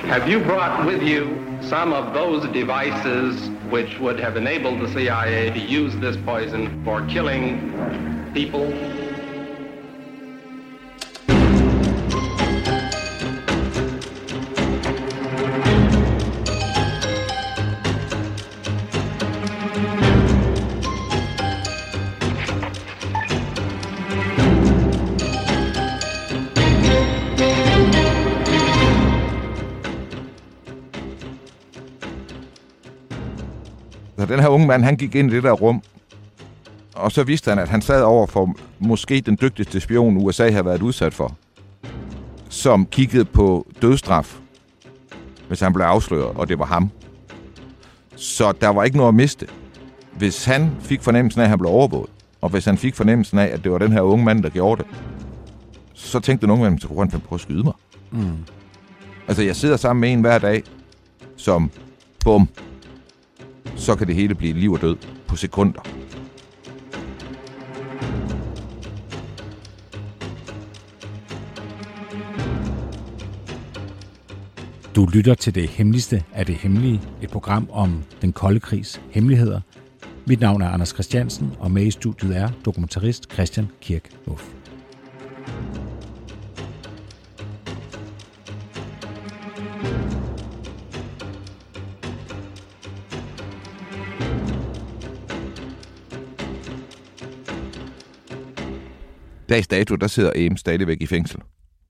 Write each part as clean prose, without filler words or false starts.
Have you brought with you some of those devices which would have enabled the CIA to use this poison for killing people? Så den her unge mand, han gik ind i det der rum, og så vidste han, at han sad over for måske den dygtigste spion, USA havde været udsat for, som kiggede på dødsstraf, hvis han blev afsløret, og det var ham. Så der var ikke noget at miste. Hvis han fik fornemmelsen af, at han blev overvåget, og hvis han fik fornemmelsen af, at det var den her unge mand, der gjorde det, så tænkte den unge mand, så kunne han finde på at skyde mig. Mm. Altså, jeg sidder sammen med en hver dag, som bum, så kan det hele blive liv og død på sekunder. Du lytter til Det Hemmeligste af det Hemmelige, et program om den kolde krigs hemmeligheder. Mit navn er Anders Christiansen, og med i studiet er dokumentarist Christian Kirk Muff. Dags dato, der sidder Ames stadigvæk i fængsel.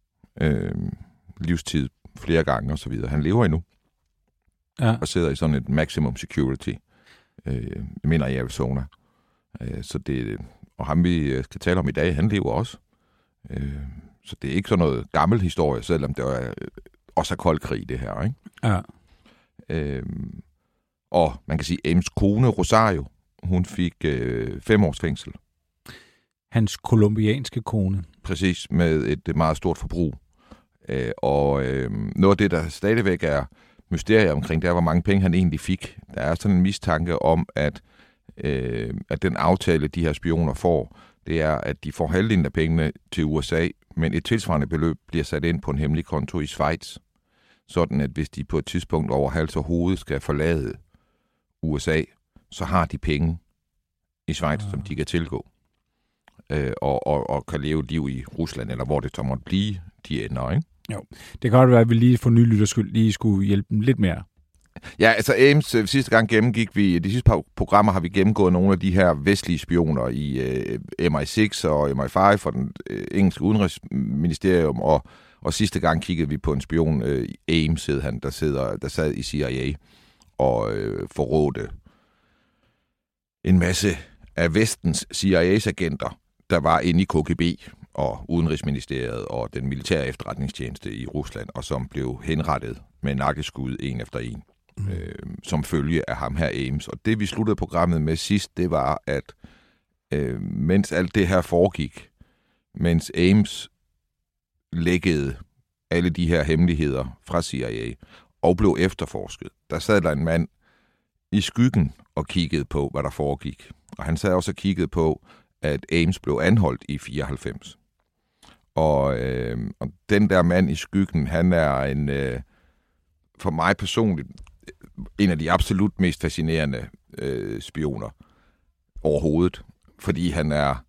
Livstid flere gange og så videre. Han lever endnu. Ja. Og sidder i sådan et maximum security. Jeg mener i Arizona. Så det, og ham vi skal tale om i dag, han lever også. Så det er ikke sådan noget gammel historie, selvom det er også er kold krig, det her, ikke? Ja. Og man kan sige, Ames kone, Rosario, hun fik 5 års fængsel. Hans kolumbianske kone. Præcis, med et meget stort forbrug. Noget af det, der stadigvæk er mysteriet omkring, det er, hvor mange penge han egentlig fik. Der er sådan en mistanke om, at den aftale, de her spioner får, det er, at de får halvdelen af pengene til USA, men et tilsvarende beløb bliver sat ind på en hemmelig konto i Schweiz. Sådan, at hvis de på et tidspunkt over hals og hoved skal forlade USA, så har de penge i Schweiz, som de kan tilgå. Og kan leve et liv i Rusland, eller hvor det så måtte blive, de ender, ikke? Jo, det kan godt være, at vi lige for nye lytters skyld lige skulle hjælpe dem lidt mere. Ja, altså Ames, sidste gang gennemgik vi, de sidste par programmer har vi gennemgået nogle af de her vestlige spioner i MI6 og MI5 for den engelske udenrigsministerium, og sidste gang kiggede vi på en spion, Ames hed han, der sad i CIA og forrådte en masse af vestens CIA's agenter, der var inde i KGB og Udenrigsministeriet og den militære efterretningstjeneste i Rusland, og som blev henrettet med nakkeskud en efter en, som følge af ham her Ames. Og det vi sluttede programmet med sidst, det var, at mens alt det her foregik, mens Ames lækkede alle de her hemmeligheder fra CIA og blev efterforsket, der sad der en mand i skyggen og kiggede på, hvad der foregik. Og han sad også og kiggede på, at Ames blev anholdt i 94. Og den der mand i skyggen, han er for mig personligt en af de absolut mest fascinerende spioner overhovedet. Fordi han er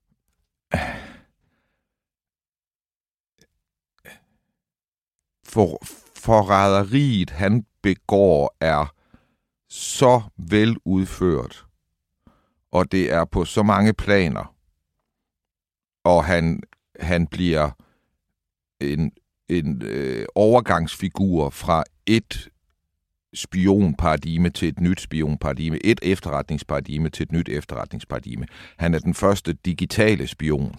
forræderiet, han begår, er så vel udført, og det er på så mange planer, og han bliver en overgangsfigur fra et spionparadigme til et nyt spionparadigme, et efterretningsparadigme til et nyt efterretningsparadigme. Han er den første digitale spion,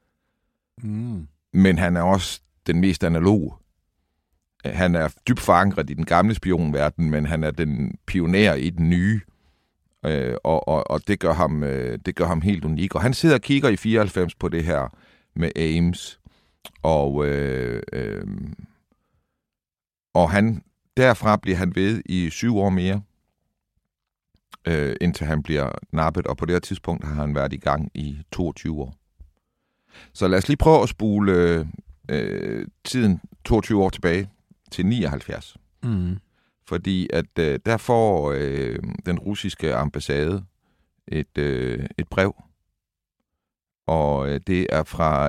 men han er også den mest analoge. Han er dybt forankret i den gamle spionverden, men han er den pioner i den nye, og det gør ham helt unik. Og han sidder og kigger i 94 på det her med Ames, og han derfra bliver han ved i 7 år mere, indtil han bliver nappet, og på det her tidspunkt har han været i gang i 22 år. Så lad os lige prøve at spule tiden 22 år tilbage til 79. Mm. Fordi at der får den russiske ambassade et brev, og det er fra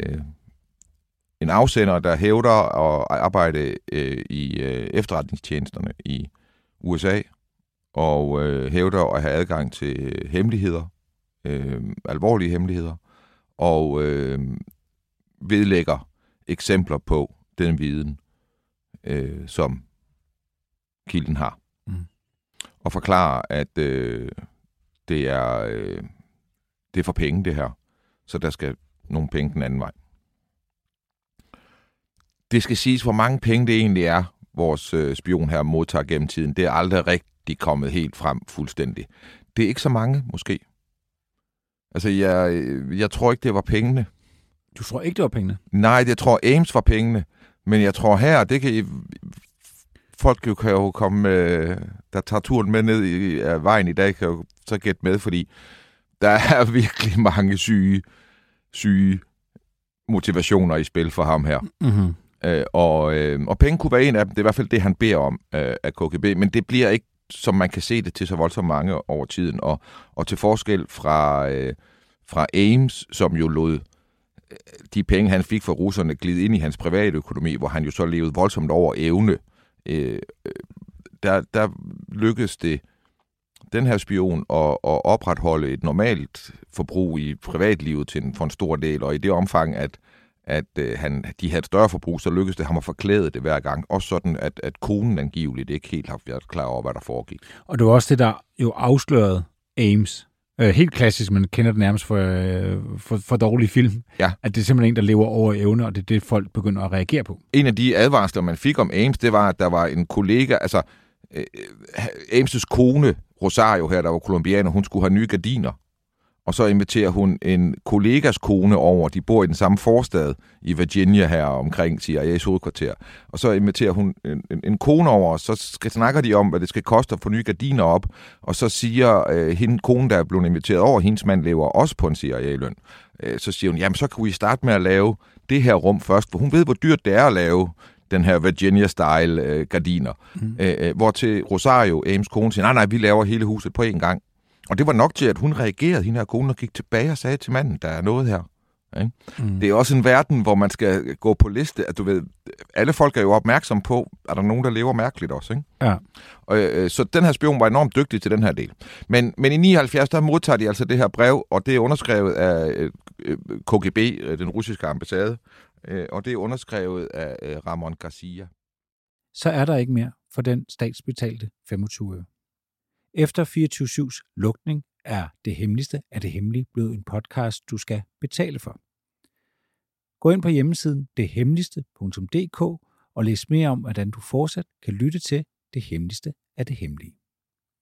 en afsender, der hævder at arbejde i efterretningstjenesterne i USA, og hævder at have adgang til hemmeligheder, alvorlige hemmeligheder, og vedlægger eksempler på den viden, som kilden har. Mm. Og forklarer, at det er for penge, det her. Så der skal nogle penge den anden vej. Det skal siges, hvor mange penge det egentlig er, vores spion her modtager gennem tiden. Det er aldrig rigtig kommet helt frem fuldstændig. Det er ikke så mange, måske. Altså, jeg tror ikke, det var pengene. Du tror ikke, det var pengene? Nej, jeg tror, Ames var pengene. Men jeg tror her, det kan folk kan jo komme, der tager turen med ned i vejen i dag, kan jo så gætte med, fordi der er virkelig mange syge motivationer i spil for ham her. Mm-hmm. Og penge kunne være en af dem. Det er i hvert fald det, han beder om af KGB, men det bliver ikke, som man kan se det, til så voldsomt mange over tiden. Og til forskel fra Ames, som jo lod de penge, han fik fra russerne, glide ind i hans private økonomi, hvor han jo så levede voldsomt over evne. Der lykkedes det den her spion at opretholde et normalt forbrug i privatlivet for en stor del, og i det omfang, at de havde et større forbrug, så lykkedes det ham at forklæde det hver gang. Også sådan, at konen angiveligt ikke helt har været klar over, hvad der foregik. Og det var også det, der jo afslørede Ames. Helt klassisk, man kender det nærmest for dårlige film. Ja. At det er simpelthen en, der lever over evne, og det er det, folk begynder at reagere på. En af de advarsler, man fik om Ames, det var, at der var en kollega, altså Ames' kone, Rosario her, der var kolumbianer, hun skulle have nye gardiner. Og så inviterer hun en kollegas kone over. De bor i den samme forstad i Virginia her omkring CIA's hovedkvarter. Og så inviterer hun en kone over, og så snakker de om, hvad det skal koste at få nye gardiner op. Og så siger hende kone, der er blevet inviteret over, hendes mand lever også på en CIA-løn. Så siger hun, jamen så kan vi starte med at lave det her rum først, for hun ved, hvor dyrt det er at lave den her Virginia-style gardiner. Hvor til Rosario, Ames kone, siger, nej, vi laver hele huset på én gang. Og det var nok til, at hun reagerede, hende her kone, og gik tilbage og sagde til manden, der er noget her. Ikke? Det er også en verden, hvor man skal gå på liste. At du ved, alle folk er jo opmærksom på, at der er nogen, der lever mærkeligt også. Ikke? Ja. Og, så den her spion var enormt dygtig til den her del. Men i 79, der modtager de altså det her brev, og det er underskrevet af KGB, den russiske ambassade, og det er underskrevet af Ramon Garcia. Så er der ikke mere for den statsbetalte 25 øre. Efter 24/7's lukning er Det Hemmeligste af det Hemmelige blevet en podcast, du skal betale for. Gå ind på hjemmesiden dethemmeligste.dk og læs mere om, hvordan du fortsat kan lytte til Det Hemmeligste af det Hemmelige.